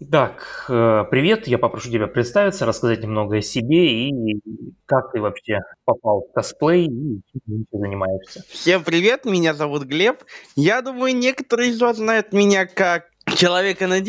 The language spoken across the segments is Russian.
Так, привет, я попрошу тебя представиться, рассказать немного о себе и как ты вообще попал в косплей и чем ты вообще занимаешься. Всем привет, меня зовут Глеб. Я думаю, некоторые из вас знают меня как человека на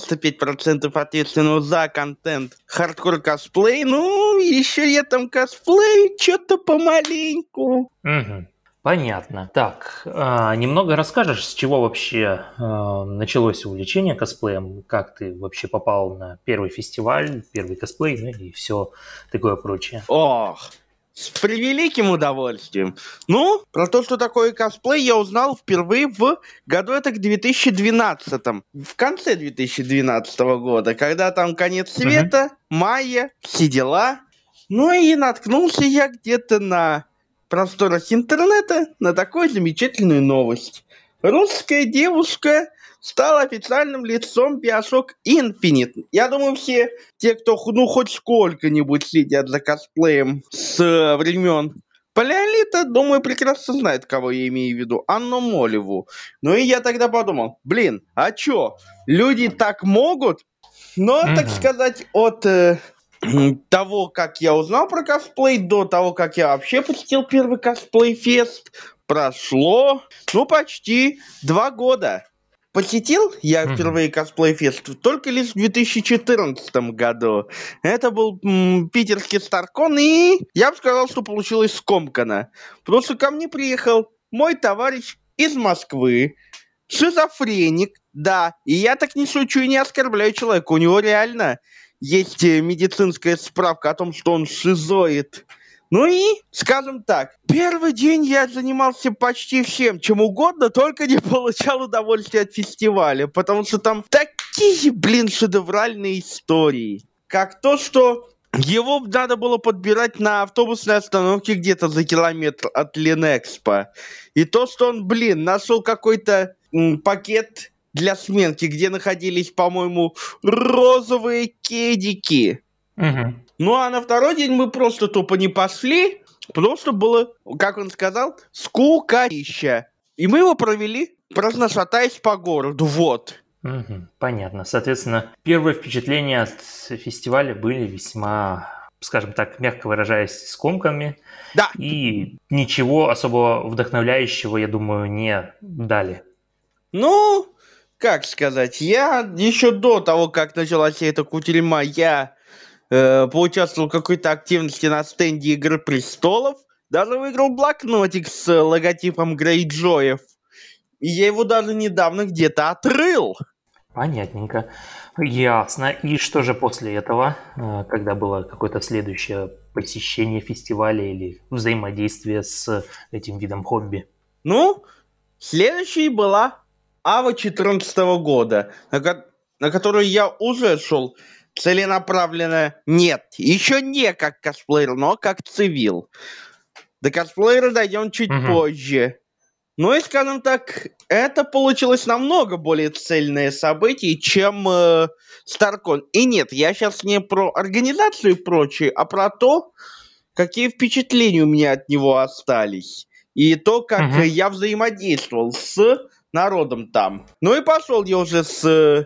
95% ответственного за контент хардкор косплей. Ну, еще я там косплей, что-то помаленьку. Мгм. Понятно. Так, немного расскажешь, с чего вообще началось увлечение косплеем, как ты вообще попал на первый фестиваль, первый косплей, ну и все такое прочее. Ох, с превеликим удовольствием. Ну, про то, что такое косплей, я узнал впервые в году это к 2012. В конце 2012 года, когда там конец Мгм. света, майя, все дела. Ну и наткнулся я где-то на просторах интернета на такую замечательную новость. Русская девушка стала официальным лицом Bioshock Infinite. Я думаю, все те, кто хоть сколько-нибудь следят за косплеем с времен Палеолита, думаю, прекрасно знают, кого я имею в виду. Анну Молеву. Ну и я тогда подумал, блин, а чё, люди так могут? Но, так Мгм. сказать, от того, как я узнал про косплей, до того, как я вообще посетил первый косплей-фест, прошло, ну, почти 2 года. Посетил я Мгм. впервые косплей-фест только лишь в 2014 году. Это был питерский Старкон, и я бы сказал, что получилось скомканно. Потому что ко мне приехал мой товарищ из Москвы, шизофреник, да, и я так не шучу и не оскорбляю человека. У него реально есть медицинская справка о том, что он шизоид. Ну и, скажем так, первый день я занимался почти всем, чем угодно, только не получал удовольствия от фестиваля, потому что там такие, блин, шедевральные истории. Как то, что его надо было подбирать на автобусной остановке где-то за километр от Ленэкспо. И то, что он, блин, нашел какой-то пакет для сменки, где находились, по-моему, розовые кедики. Мгм. Ну, а на второй день мы просто тупо не пошли, потому что было, как он сказал, скукарища. И мы его провели, праздно шатаясь по городу, вот. Мгм. Понятно. Соответственно, первые впечатления от фестиваля были весьма, скажем так, мягко выражаясь, скомканными, Да, и ничего особо вдохновляющего, я думаю, не дали. ну, как сказать, я еще до того, как началась эта кутерьма, я поучаствовал в какой-то активности на стенде Игры Престолов, даже выиграл блокнотик с логотипом Грейджоев. И я его даже недавно где-то отрыл. Понятненько. Ясно. И что же после этого, когда было какое-то следующее посещение фестиваля или взаимодействие с этим видом хобби? Ну, следующей была Ава 14 года, на которую я уже шел целенаправленно. Нет, еще не как косплеер, но как цивил. До косплеера дойдем чуть Мгм. позже. Ну и, скажем так, это получилось намного более цельное событие, чем Старкон. И нет, я сейчас не про организацию и прочее, а про то, какие впечатления у меня от него остались. И то, как Мгм. я взаимодействовал с народом там. Ну и пошел я уже с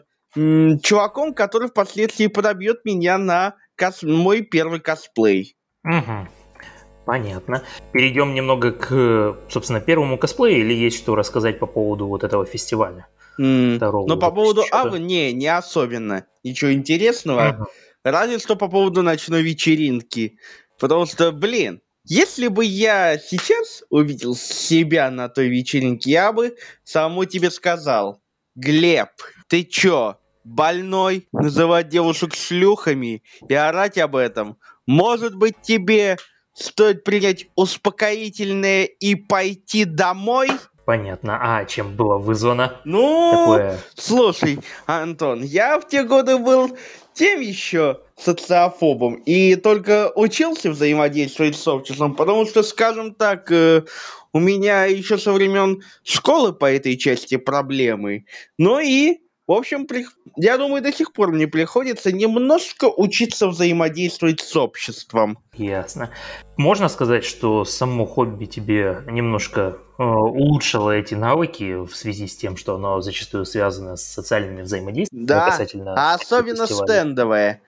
чуваком, который впоследствии подобьет меня на мой первый косплей. Мгм. Понятно. Перейдем немного к, собственно, первому косплею, или есть что рассказать по поводу вот этого фестиваля, второго Но по уже поводу Авы, посещенного? не особенно ничего интересного. Мгм. Разве что по поводу ночной вечеринки. Потому что, блин, если бы я сейчас увидел себя на той вечеринке, я бы самому тебе сказал: Глеб, ты чё, больной? Называть девушек шлюхами и орать об этом? Может быть, тебе стоит принять успокоительное и пойти домой? Понятно. А чем было вызвано Ну, такое? слушай, Антон, я в те годы был тем еще социофобом и только учился взаимодействовать с обществом, потому что, скажем так, у меня еще со времен школы по этой части проблемы. Ну и В общем, я думаю, до сих пор мне приходится немножко учиться взаимодействовать с обществом. Ясно. Можно сказать, что само хобби тебе немножко улучшило эти навыки в связи с тем, что оно зачастую связано с социальными взаимодействиями Да, касательно а особенно фестиваля? стендовое.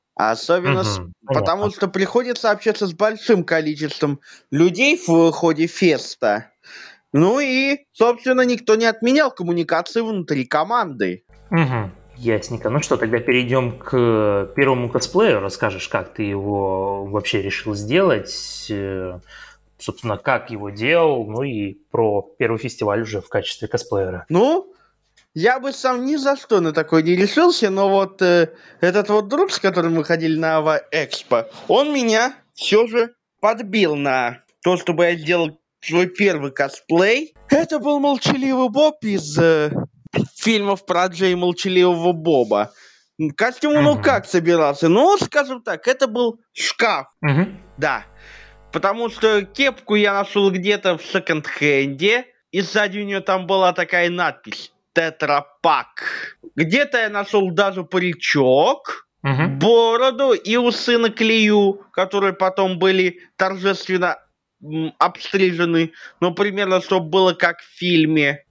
Потому Понятно. что приходится общаться с большим количеством людей в ходе феста. Ну и, собственно, никто не отменял коммуникации внутри команды. Ясненько. Ну что, тогда перейдем к первому косплею. Расскажешь, как ты его вообще решил сделать, собственно, как его делал, ну и про первый фестиваль уже в качестве косплеера. Ну, я бы сам ни за что на такой не решился, но вот этот вот друг, с которым мы ходили на Ава Экспо, он меня все же подбил на то, чтобы я сделал свой первый косплей. Это был Молчаливый Боб из фильмов про Джей Молчаливого Боба. Костюм, ну как собирался? Ну, скажем так, это был шкаф. Да. Потому что кепку я нашел где-то в секонд-хенде, и сзади у нее там была такая надпись «Тетрапак». Где-то я нашел даже паричок, бороду и усы на клею, которые потом были торжественно обстрижены, ну, примерно, чтобы было как в фильме.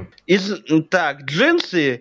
Так, джинсы.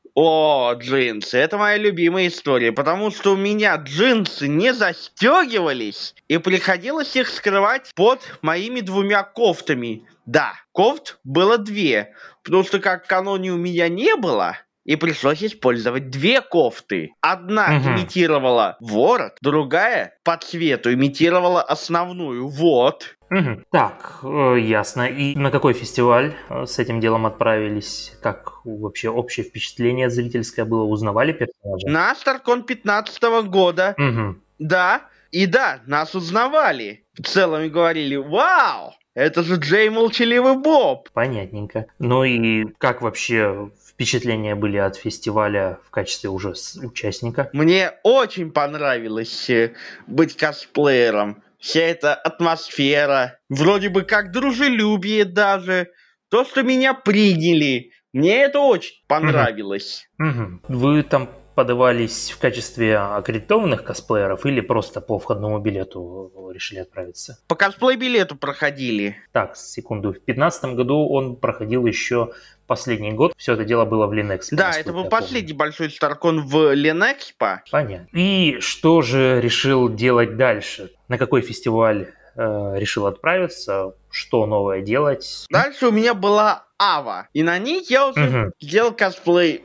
Джинсы. Это моя любимая история, потому что у меня джинсы не застегивались, и приходилось их скрывать под моими 2 кофтами. Да, кофт было 2, потому что как каноне у меня не было, и пришлось использовать 2 кофты. Одна имитировала ворот, другая по цвету имитировала основную. Вот. Так, ясно. И на какой фестиваль с этим делом отправились? Как вообще общее впечатление зрительское было? Узнавали персонажа? На StarCon 15-го года. Да. И да, нас узнавали. В целом и говорили: «Вау! Это же Джей Молчаливый Боб!» Понятненько. Ну и как вообще впечатления были от фестиваля в качестве уже участника? Мне очень понравилось быть косплеером. Вся эта атмосфера, вроде бы как дружелюбие даже. То, что меня приняли, мне это очень понравилось. Вы там подавались в качестве аккредитованных косплееров или просто по входному билету решили отправиться? По косплей-билету проходили. Так, секунду. В 2015 году он проходил еще последний год. Все это дело было в Ленэкспо. Да, это был последний большой StarCon в Ленэкспо. Понятно. И что же решил делать дальше? На какой фестиваль решил отправиться? Что новое делать? Дальше у меня была Ава. И на ней я уже сделал косплей.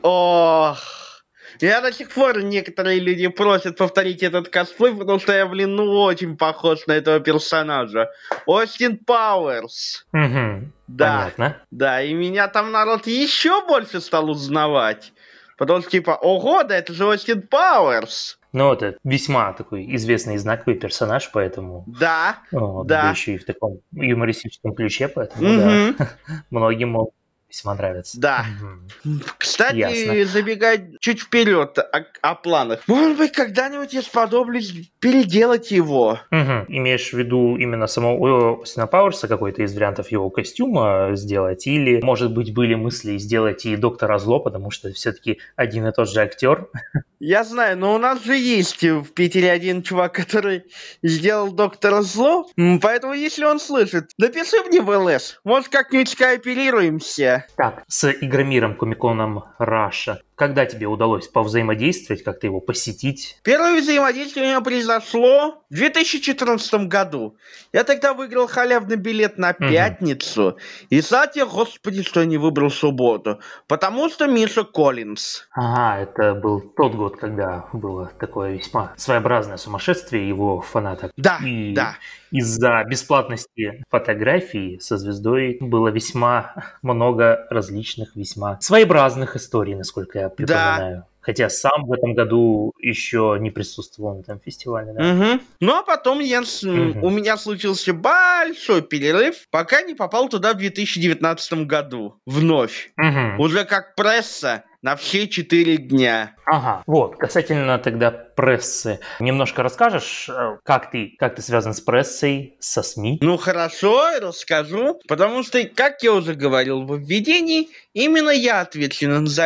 Я до сих пор некоторые люди просят повторить этот косплей, потому что я, очень похож на этого персонажа. Остин Пауэрс. Да. Понятно. Да, и меня там народ еще больше стал узнавать. Потому что ого, да это же Остин Пауэрс. Ну, это весьма такой известный и знаковый персонаж, поэтому... Да, да. да. Еще и в таком юмористическом ключе, поэтому, да, многим могут весьма нравится. Да. Кстати, ясно. Забегать чуть вперед о планах. Может быть, когда-нибудь я сподоблюсь переделать его. Имеешь в виду именно самого Остина Пауэрса, какой-то из вариантов его костюма сделать? Или, может быть, были мысли сделать и Доктора Зло, потому что все-таки один и тот же актер? Я знаю, но у нас же есть в Питере один чувак, который сделал Доктора Зло. Поэтому, если он слышит, напиши мне в ЛС. Может, как-нибудь скооперируемся. Так, с Игромиром, Комиконом Раша. Когда тебе удалось повзаимодействовать, как-то его посетить? Первое взаимодействие у меня произошло в 2014 году. Я тогда выиграл халявный билет на пятницу. И кстати, господи, что я не выбрал субботу. Потому что Миша Коллинз. Ага, это был тот год, когда было такое весьма своеобразное сумасшествие его фанаток. Да, и да. Из-за бесплатности фотографий со звездой было весьма много различных, весьма своеобразных историй, насколько я припоминаю. Да. Хотя сам в этом году еще не присутствовал на этом фестивале. Да? Ну, а потом у меня случился большой перерыв, пока не попал туда в 2019 году. Вновь. Уже как пресса на все 4 дня. Ага, вот, касательно тогда прессы. Немножко расскажешь, как ты связан с прессой, со СМИ? Ну хорошо, расскажу, потому что, как я уже говорил в введении, именно я ответственен за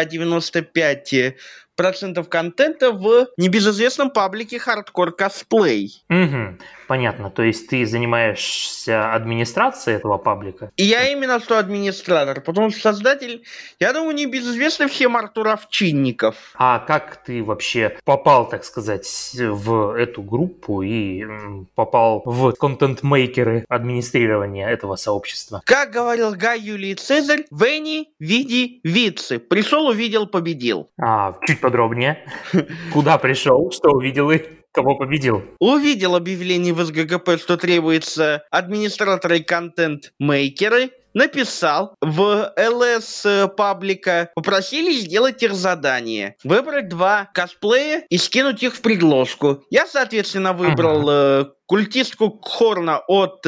95% контента в небезызвестном паблике Hardcore Cosplay. Угу, понятно. То есть ты занимаешься администрацией этого паблика? И я именно что администратор, потому что создатель, я думаю, небезызвестный всем Артур Овчинников. А как ты вообще попал, так сказать, в эту группу и попал в контент-мейкеры администрирования этого сообщества? Как говорил Гай Юлий Цезарь, «Вени, види, вице». Пришел, увидел, победил. Чуть подробнее. Куда пришел, что увидел и кого победил? Увидел объявление в СГГП, что требуется администраторы и контент-мейкеры. Написал в ЛС паблика, попросили сделать их задание. Выбрать 2 косплея и скинуть их в предложку. Я, соответственно, выбрал культистку Хорна от...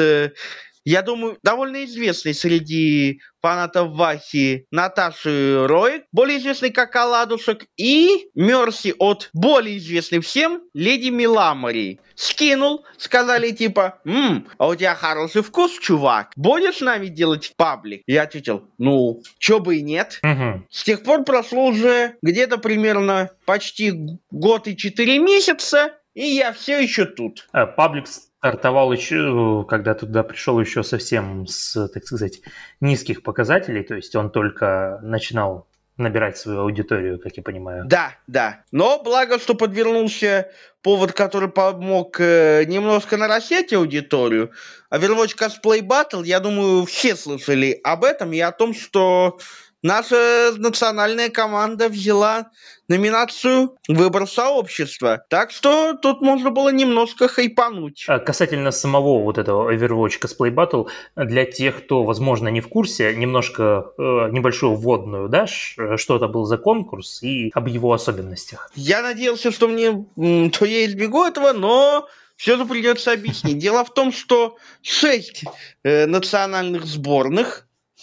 я думаю, довольно известной среди фанатов Вахи Наташи Рой, более известной как Оладушек, и Мерси от более известной всем Леди Миламари. Скинул, сказали типа, а у тебя хороший вкус, чувак, будешь с нами делать паблик? Я ответил, ну, чё бы и нет. С тех пор прошло уже где-то примерно почти год и 4 месяца, и я все еще тут. Паблик стартовал еще, когда туда пришел еще совсем с, так сказать, низких показателей, то есть он только начинал набирать свою аудиторию, как я понимаю. Да. Но благо, что подвернулся повод, который помог немножко нарастить аудиторию. Overwatch Cosplay Battle, я думаю, все слышали об этом и о том, что наша национальная команда взяла номинацию «Выбор сообщества». Так что тут можно было немножко хайпануть. Касательно самого вот этого Overwatch Cosplay Battle, для тех, кто, возможно, не в курсе, немножко небольшую вводную дашь, что это был за конкурс и об его особенностях. Я надеялся, что то я избегу этого, но все же придется объяснить. Дело в том, что 6 национальных сборных,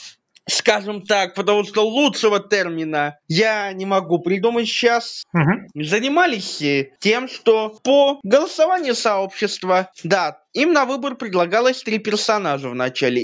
скажем так, потому что лучшего термина я не могу придумать сейчас, занимались тем, что по голосованию сообщества, да, им на выбор предлагалось 3 персонажа в начале.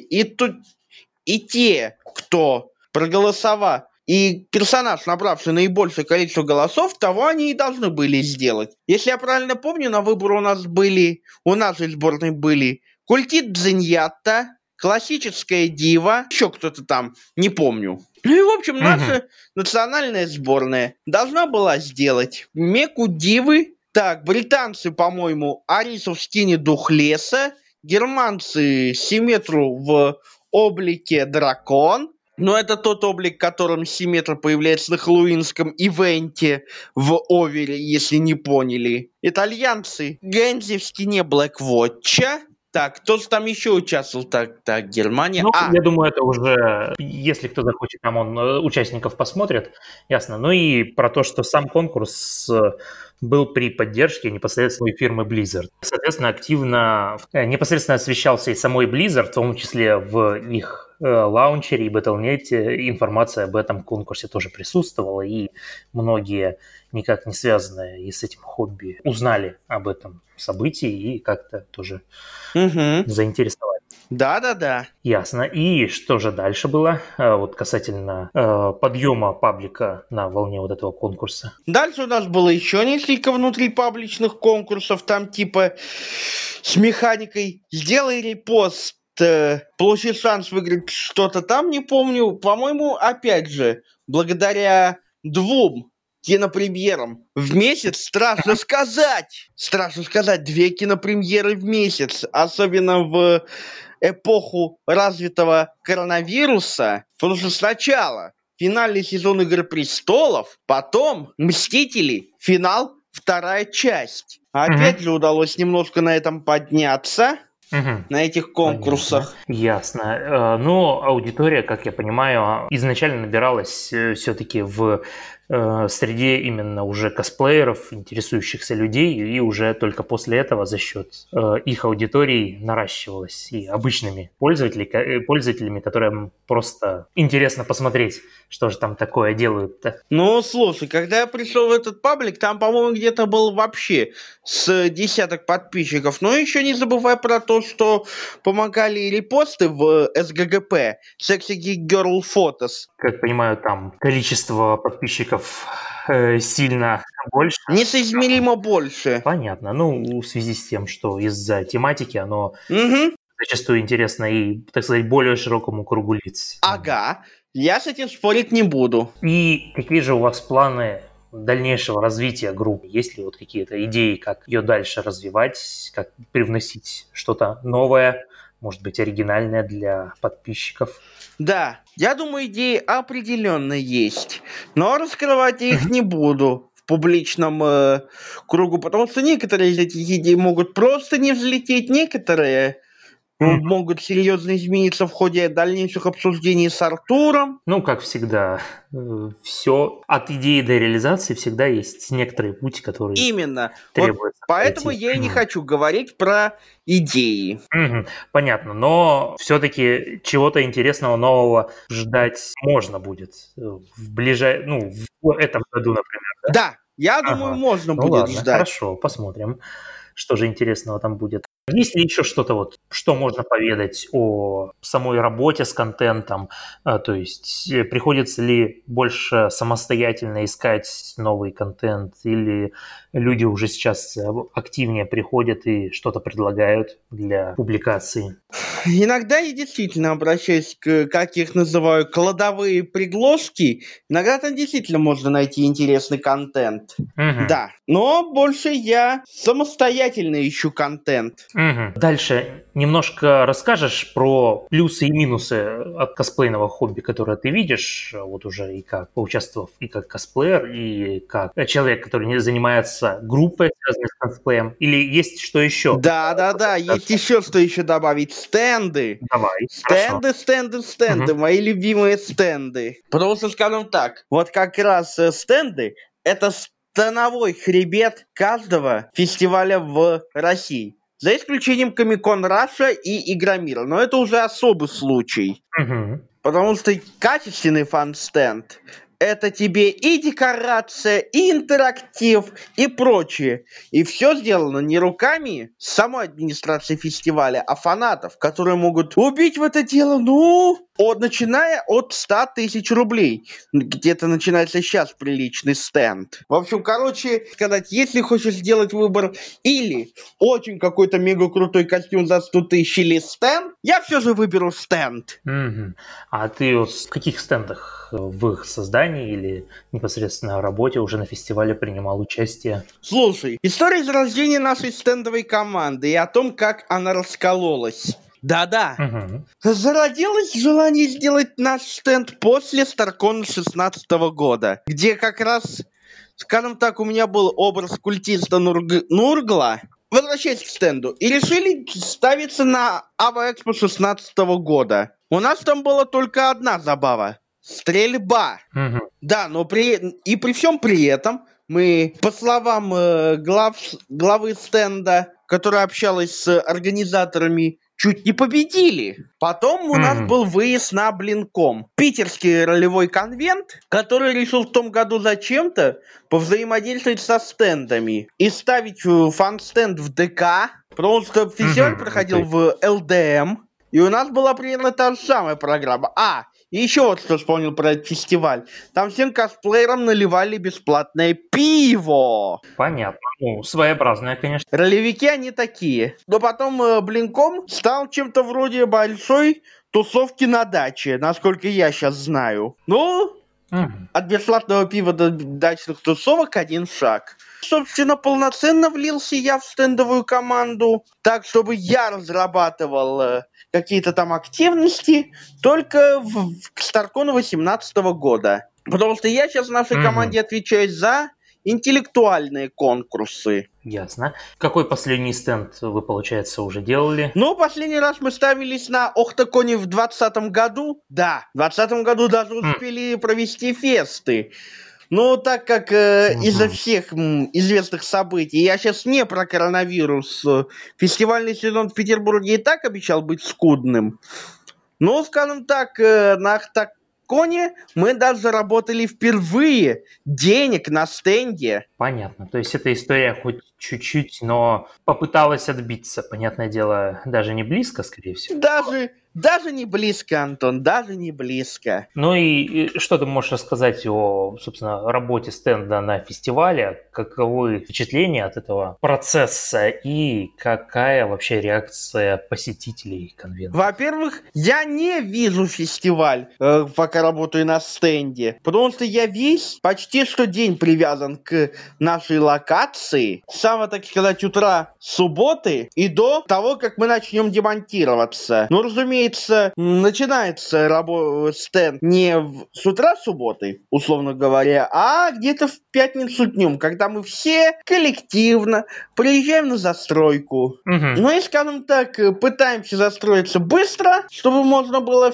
И те, кто проголосовал, и персонаж, набравший наибольшее количество голосов, того они и должны были сделать. Если я правильно помню, на выбор у нашей сборной были Культит Дзиньятта, Классическая Дива, еще кто-то там, не помню. Ну и, в общем, наша национальная сборная должна была сделать Меку Дивы. Так, британцы, по-моему, Арису в скине Духлеса, германцы Симметру в облике Дракон. Но это тот облик, в котором Симметр появляется на хэллоуинском ивенте в Овере, если не поняли. Итальянцы Гензи в скине Блэквотча. Так, кто там еще участвовал? Так, Германия. Я думаю, это уже, если кто захочет, там он участников посмотрит, ясно. Ну и про то, что сам конкурс был при поддержке непосредственно фирмы Blizzard. Соответственно, непосредственно освещался и самой Blizzard, в том числе в их лаунчере и Battle.net информация об этом конкурсе тоже присутствовала, и многие, никак не связанные и с этим хобби, узнали об этом событии и как-то тоже заинтересовались. Да. Ясно. И что же дальше было, вот касательно подъема паблика на волне вот этого конкурса? Дальше у нас было еще несколько внутрипабличных конкурсов, там типа с механикой «Сделай репост», получи шанс выиграть что-то там, не помню. По-моему, опять же, благодаря 2 кинопремьерам в месяц, страшно сказать, 2 кинопремьеры в месяц, особенно в эпоху развитого коронавируса, потому что сначала финальный сезон «Игры престолов», потом «Мстители», финал, 2 часть. Опять же удалось немножко на этом подняться. На этих конкурсах. Ясно. Но аудитория, как я понимаю, изначально набиралась все-таки в среди именно уже косплееров, интересующихся людей, и уже только после этого за счет их аудитории наращивалось и обычными пользователями, которым просто интересно посмотреть, что же там такое делают-то. Ну, слушай, когда я пришел в этот паблик, там, по-моему, где-то был вообще с десяток подписчиков. Но еще не забывай про то, что помогали и репосты в СГГП, Sexy Geek Girl Photos. Как понимаю, там количество подписчиков сильно больше. Несоизмеримо больше. Понятно. Ну, в связи с тем, что из-за тематики оно Угу. зачастую интересно и, так сказать, более широкому кругу лиц. Ага, я с этим спорить не буду. И какие же у вас планы дальнейшего развития группы? Есть ли вот какие-то идеи, как ее дальше развивать, как привносить что-то новое, может быть, оригинальное для подписчиков? Да, я думаю, идеи определенно есть, но раскрывать я их не буду в публичном кругу, потому что некоторые из этих идей могут просто не взлететь, некоторые могут серьезно измениться в ходе дальнейших обсуждений с Артуром. Ну, как всегда, все от идеи до реализации всегда есть некоторые пути, которые Именно. требуется Вот поэтому пройти. я и не хочу говорить про идеи. Понятно, но все-таки чего-то интересного нового ждать можно будет в этом году, например, да? Да, я думаю, Ага. можно Ну будет ладно, ждать. хорошо, посмотрим, что же интересного там будет. Есть ли еще что-то, вот, что можно поведать о самой работе с контентом? То есть приходится ли больше самостоятельно искать новый контент, или люди уже сейчас активнее приходят и что-то предлагают для публикации? Иногда я действительно обращаюсь как я их называю, кладовые предложки. Иногда там действительно можно найти интересный контент. Мгм. Да, но больше я самостоятельно ищу контент. Дальше немножко расскажешь про плюсы и минусы от косплейного хобби, которое ты видишь, вот уже и как поучаствовав, и как косплеер, и как человек, который не занимается группой, связанной с косплеем, или есть что еще? Да, есть еще что еще добавить. Стенды. Давай, хорошо. Стенды, мои любимые стенды. Потому что, скажем так, вот как раз стенды — это становой хребет каждого фестиваля в России. За исключением Комик-кон Раша и Игромира. Но это уже особый случай. Мгм. Потому что качественный фан-стенд — это тебе и декорация, и интерактив, и прочее. И все сделано не руками самой администрации фестиваля, а фанатов, которые могут убить в это дело, начиная от 100 тысяч рублей. Где-то начинается сейчас приличный стенд. В общем, сказать, если хочешь сделать выбор или очень какой-то мега крутой костюм за 100 тысяч или стенд, я все же выберу стенд. Мгм. А ты вот в каких стендах в их создании или непосредственно в работе уже на фестивале принимал участие? Слушай, история зарождения нашей стендовой команды и о том, как она раскололась. Да-да. Мгм. Зародилось желание сделать наш стенд после Старкона 16 года, где как раз, скажем так, у меня был образ культиста Нургла. Возвращаясь к стенду. И решили ставиться на Ава-Экспо 16 года. У нас там была только одна забава. Стрельба. Мгм. Да, но при всем при этом мы, по словам главы стенда, которая общалась с организаторами, чуть не победили. Потом у нас был выезд на Блинком. Питерский ролевой конвент, который решил в том году зачем-то повзаимодействовать со стендами и ставить фан-стенд в ДК. Потому что фестиваль проходил в ЛДМ. И у нас была примерно та же самая программа. И еще вот что вспомнил про этот фестиваль. Там всем косплеерам наливали бесплатное пиво. Понятно. Ну, своеобразное, конечно. Ролевики они такие. Но потом Блинком стал чем-то вроде большой тусовки на даче, насколько я сейчас знаю. От бесплатного пива до дачных тусовок один шаг. Собственно, полноценно влился я в стендовую команду, так, чтобы я разрабатывал какие-то там активности только к Старкону 18 года. Потому что я сейчас в нашей команде отвечаю за интеллектуальные конкурсы. Ясно. Какой последний стенд вы, получается, уже делали? Последний раз мы ставились на Охтаконе в 2020 году. Да, в 2020 году даже успели провести фесты. Но так как из-за Мгм. всех известных событий, я сейчас не про коронавирус, фестивальный сезон в Петербурге и так обещал быть скудным. Но, скажем так, на Ахтаконе мы даже заработали впервые денег на стенде. Понятно. То есть эта история хоть чуть-чуть, но попыталась отбиться. Понятное дело, даже не близко, скорее всего. Даже не близко, Антон, даже не близко. Ну и что ты можешь рассказать о, собственно, работе стенда на фестивале? Каковы впечатления от этого процесса и какая вообще реакция посетителей конвента? Во-первых, я не вижу фестиваль, пока работаю на стенде, потому что я весь почти что день привязан к нашей локации, с самого, так сказать, утра субботы и до того, как мы начнем демонтироваться. Ну, разумеется, начинается стенд не с утра субботы, условно говоря, а где-то в пятницу днем, когда мы все коллективно приезжаем на застройку. Мгм. Ну и, скажем так, пытаемся застроиться быстро, чтобы можно было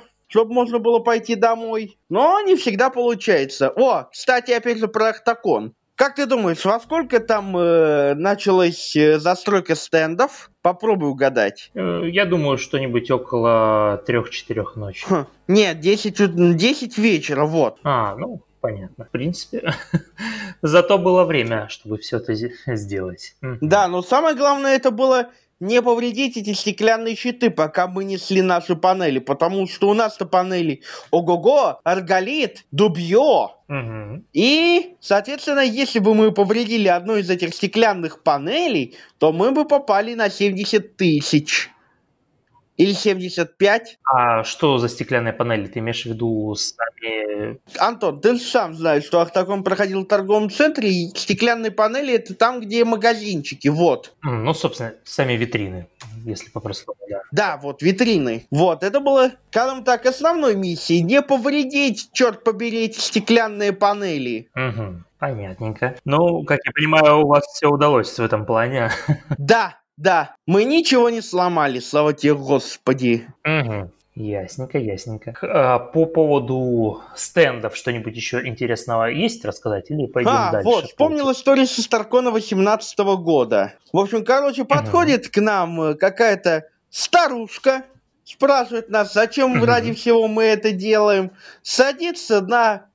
пойти домой. Но не всегда получается. О, кстати, опять же про Ахтакон. Как ты думаешь, во сколько там началась застройка стендов? Попробуй угадать. Я думаю, что-нибудь около 3-4 ночи. Нет, 10 вечера, вот. Ну, понятно. В принципе, зато было время, чтобы все это сделать. Мгм. Да, но самое главное это было не повредить эти стеклянные щиты, пока мы несли наши панели, потому что у нас-то панели ого-го, арголит, дубье. Мгм. И, соответственно, если бы мы повредили одну из этих стеклянных панелей, то мы бы попали на 70 тысяч. Или 75. А что за стеклянные панели? Ты имеешь в виду сами... Антон, ты же сам знаешь, что Ахтакон проходил в торговом центре, и стеклянные панели это там, где магазинчики, вот. Ну, собственно, сами витрины, если по-простому, да. Да, вот, витрины. Вот, это было, скажем так, основной миссией. Не повредить, черт побери, эти стеклянные панели. Мгм. Понятненько. Ну, как я понимаю, у вас все удалось в этом плане. Да, мы ничего не сломали, слава тебе, Господи. Мгм. Ясненько, ясненько. По поводу стендов что-нибудь еще интересного есть рассказать или пойдем Вот, дальше по вспомнил историю со Старкона 18 года. В общем, Мгм. подходит к нам какая-то старушка, спрашивает нас, зачем ради Мгм. всего мы это делаем, садится на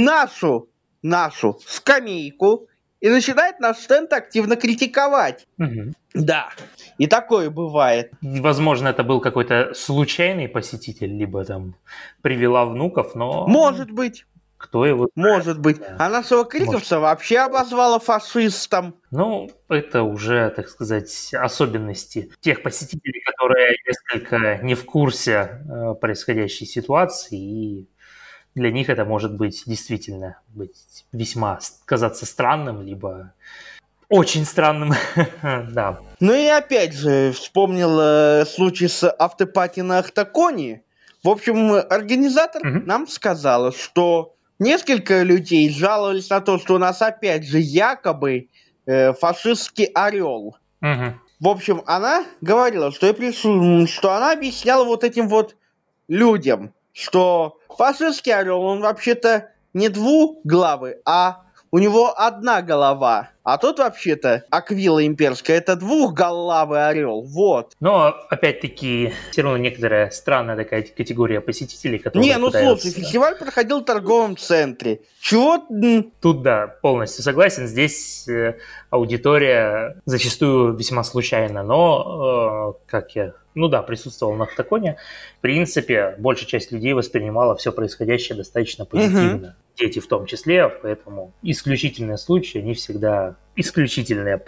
нашу скамейку и начинает наш стенд активно критиковать. Мгм. Да, и такое бывает. Возможно, это был какой-то случайный посетитель, либо там привела внуков, но Может быть, кто его может быть. знает, да. А нашего Может. Криковца вообще обозвала фашистом. Ну, это уже, так сказать, особенности тех посетителей, которые несколько не в курсе происходящей ситуации, и для них это может быть действительно весьма казаться странным, либо очень странным. Да. Ну и опять же, вспомнил случай с автопати на Ахтаконе. В общем, организатор Мгм. нам сказала, что несколько людей жаловались на то, что у нас опять же якобы фашистский орел. Мгм. В общем, она говорила, что она объясняла вот этим вот людям, что фашистский орел, он вообще-то не двуглавый, а у него одна голова. А тут вообще-то Аквила имперская это двухголавый орел. Вот. Но, опять-таки, все равно некоторая странная такая категория посетителей, которые Не, ну слушай, пытаются... фестиваль проходил в торговом центре. Чего? Тут, да, полностью согласен. Здесь аудитория зачастую весьма случайна, но, как я, ну да, присутствовал на Автоконе, в принципе, большая часть людей воспринимала все происходящее достаточно позитивно. Дети в том числе, поэтому исключительные случаи, они всегда исключительные.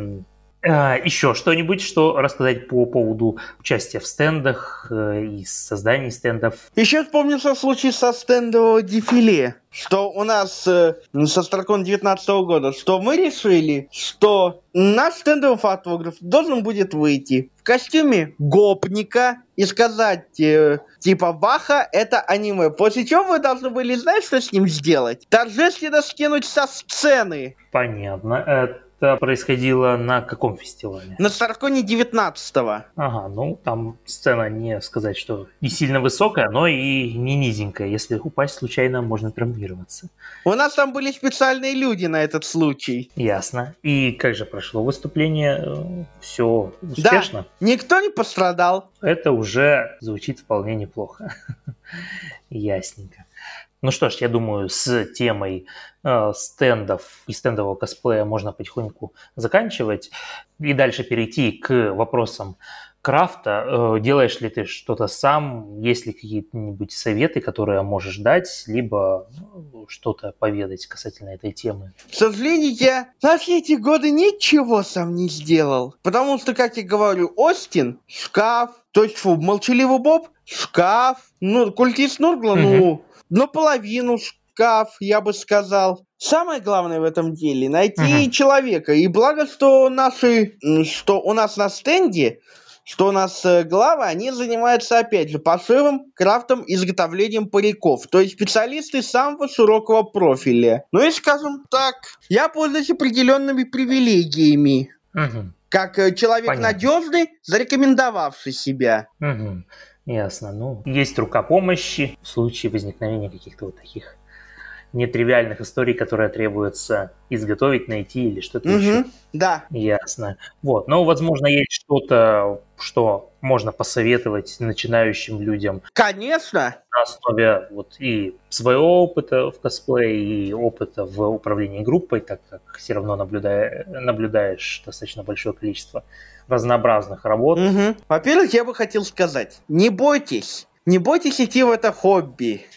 Еще что-нибудь, что рассказать по поводу участия в стендах и создании стендов? Еще вспомнился случай со стендового дефиле, что у нас со Старкон 19 года, что мы решили, что наш стендовый фотограф должен будет выйти в костюме гопника и сказать, типа, Ваха, это аниме. После чего вы должны были, знаешь, что с ним сделать? Торжественно скинуть со сцены. Понятно. Это Это происходило на каком фестивале? На Старконе 19-го. Ага, ну там сцена, не сказать, что не сильно высокая, но и не низенькая. Если упасть случайно, можно травмироваться. У нас там были специальные люди на этот случай. Ясно. И как же прошло выступление? Все успешно? Да, никто не пострадал. Это уже звучит вполне неплохо. Ясненько. Ну что ж, я думаю, с темой стендов и стендового косплея можно потихоньку заканчивать и дальше перейти к вопросам крафта. Делаешь ли ты что-то сам? Есть ли какие-нибудь советы, которые можешь дать, либо что-то поведать касательно этой темы? К сожалению, я за все эти годы ничего сам не сделал. Потому что, как я говорю, Остин, шкаф, то есть, Молчаливый Боб, шкаф, Культист Нургла, наполовину шкаф, я бы сказал. Самое главное в этом деле — найти человека. И благо, что у нас на стенде, что у нас главы, они занимаются, опять же, пошивом, крафтом, изготовлением париков. То есть специалисты самого широкого профиля. Ну и, скажем так, я пользуюсь определенными привилегиями. Как человек надежный, зарекомендовавший себя. Ясно. Ну, есть рука помощи в случае возникновения каких-то вот таких нетривиальных историй, которые требуется изготовить, найти или что-то еще. Да. Ясно. Вот. Но, возможно, есть что-то, что можно посоветовать начинающим людям. Конечно. На основе вот и своего опыта в косплее, и опыта в управлении группой, так как все равно наблюдаешь достаточно большое количество разнообразных работ. Во-первых, я бы хотел сказать, не бойтесь идти в это хобби.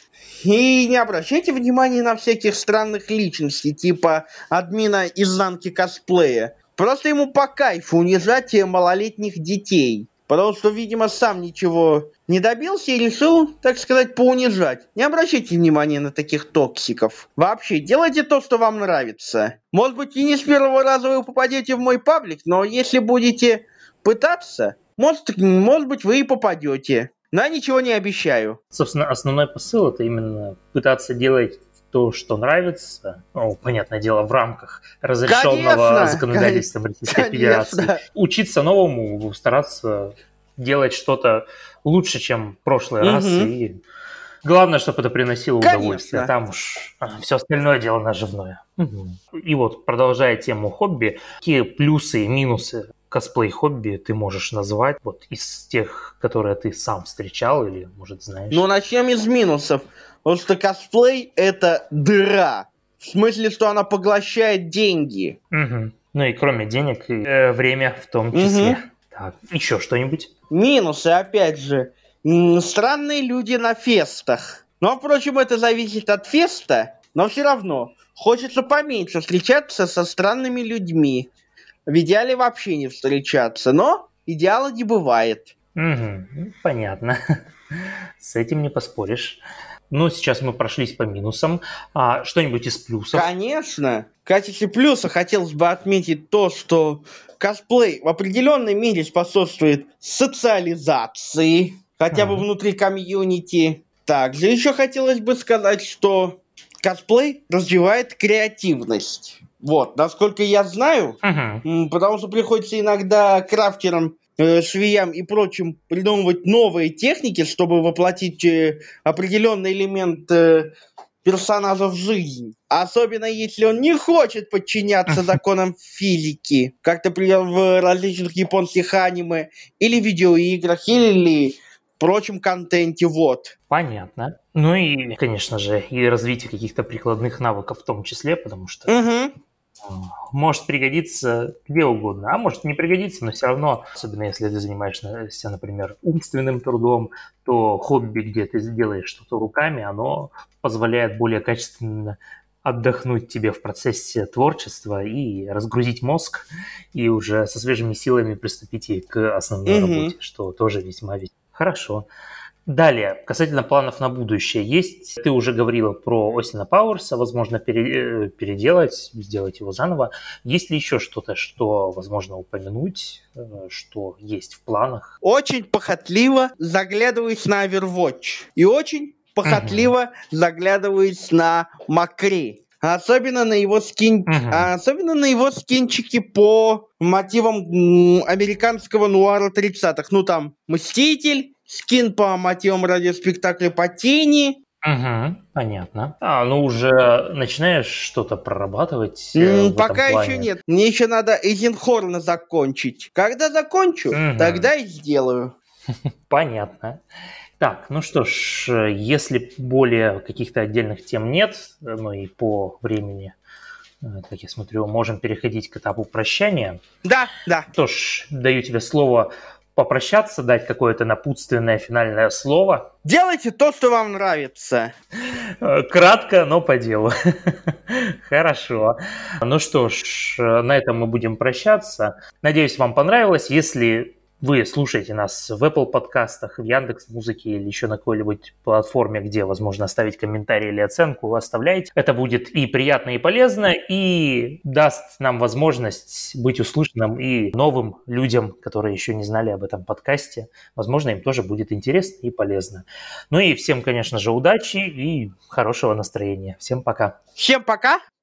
И не обращайте внимания на всяких странных личностей, типа админа изнанки косплея. Просто ему по кайфу унижать малолетних детей. Потому что, видимо, сам ничего не добился и решил, так сказать, поунижать. Не обращайте внимания на таких токсиков. Вообще, делайте то, что вам нравится. Может быть, и не с первого раза вы попадете в мой паблик, но если будете пытаться, может быть, вы и попадете. Но я ничего не обещаю. Собственно, основной посыл — это именно пытаться делать то, что нравится, понятное дело, в рамках разрешенного законодательством Российской Федерации. Учиться новому, стараться делать что-то лучше, чем в прошлый раз. И главное, чтобы это приносило удовольствие. Там уж все остальное дело наживное. И вот, продолжая тему хобби, какие плюсы и минусы косплей-хобби ты можешь назвать вот из тех, которые ты сам встречал или, может, знаешь? Ну, начнем из минусов. Потому что косплей — это дыра. В смысле, что она поглощает деньги. Ну и кроме денег, и время в том числе. Так, еще что-нибудь? Минусы, опять же. Странные люди на фестах. Но, впрочем, это зависит от феста. Но все равно хочется поменьше встречаться со странными людьми. В идеале вообще не встречаться, но идеала не бывает. Понятно. С этим не поспоришь. Ну, сейчас мы прошлись по минусам. Что-нибудь из плюсов? Конечно. В качестве плюса хотелось бы отметить то, что косплей в определенной мере способствует социализации, хотя бы внутри комьюнити. Также еще хотелось бы сказать, что косплей развивает креативность. Вот, насколько я знаю, потому что приходится иногда крафтерам, швеям и прочим придумывать новые техники, чтобы воплотить определенный элемент персонажа в жизнь. Особенно если он не хочет подчиняться законам физики, как, например, в различных японских аниме или видеоиграх, или прочем контенте, вот. Понятно. Ну и, конечно же, и развитие каких-то прикладных навыков в том числе, потому что может пригодиться где угодно, а может не пригодиться, но все равно, особенно если ты занимаешься, например, умственным трудом, то хобби, где ты делаешь что-то руками, оно позволяет более качественно отдохнуть тебе в процессе творчества и разгрузить мозг, и уже со свежими силами приступить и к основной работе, что тоже весьма хорошо. Далее, касательно планов на будущее. Ты уже говорила про Остина Пауэрса, возможно, переделать, сделать его заново. Есть ли еще что-то, что возможно упомянуть, что есть в планах? Очень похотливо заглядываюсь на Overwatch. И очень похотливо заглядываюсь на Макри. Особенно на его Мгм. особенно на его скинчике по мотивам американского нуара 30-х. Ну там «Мститель», скин по мотивам радиоспектакля «По тени». Мгм. Понятно. Ну уже начинаешь что-то прорабатывать в этом Пока еще плане? нет. Мне еще надо Эйзенхорна закончить. Когда закончу, Мгм. тогда и сделаю. Понятно. Так, ну что ж, если более каких-то отдельных тем нет, ну и по времени, как я смотрю, можем переходить к этапу прощания. Да, да. Что ж, даю тебе слово попрощаться, дать какое-то напутственное финальное слово. Делайте то, что вам нравится. Кратко, но по делу. Хорошо. Ну что ж, на этом мы будем прощаться. Надеюсь, вам понравилось. Если вы слушаете нас в Apple подкастах, в Яндекс.Музыке или еще на какой-нибудь платформе, где возможно оставить комментарий или оценку, оставляйте. Это будет и приятно, и полезно, и даст нам возможность быть услышанным и новым людям, которые еще не знали об этом подкасте. Возможно, им тоже будет интересно и полезно. Ну и всем, конечно же, удачи и хорошего настроения. Всем пока. Всем пока.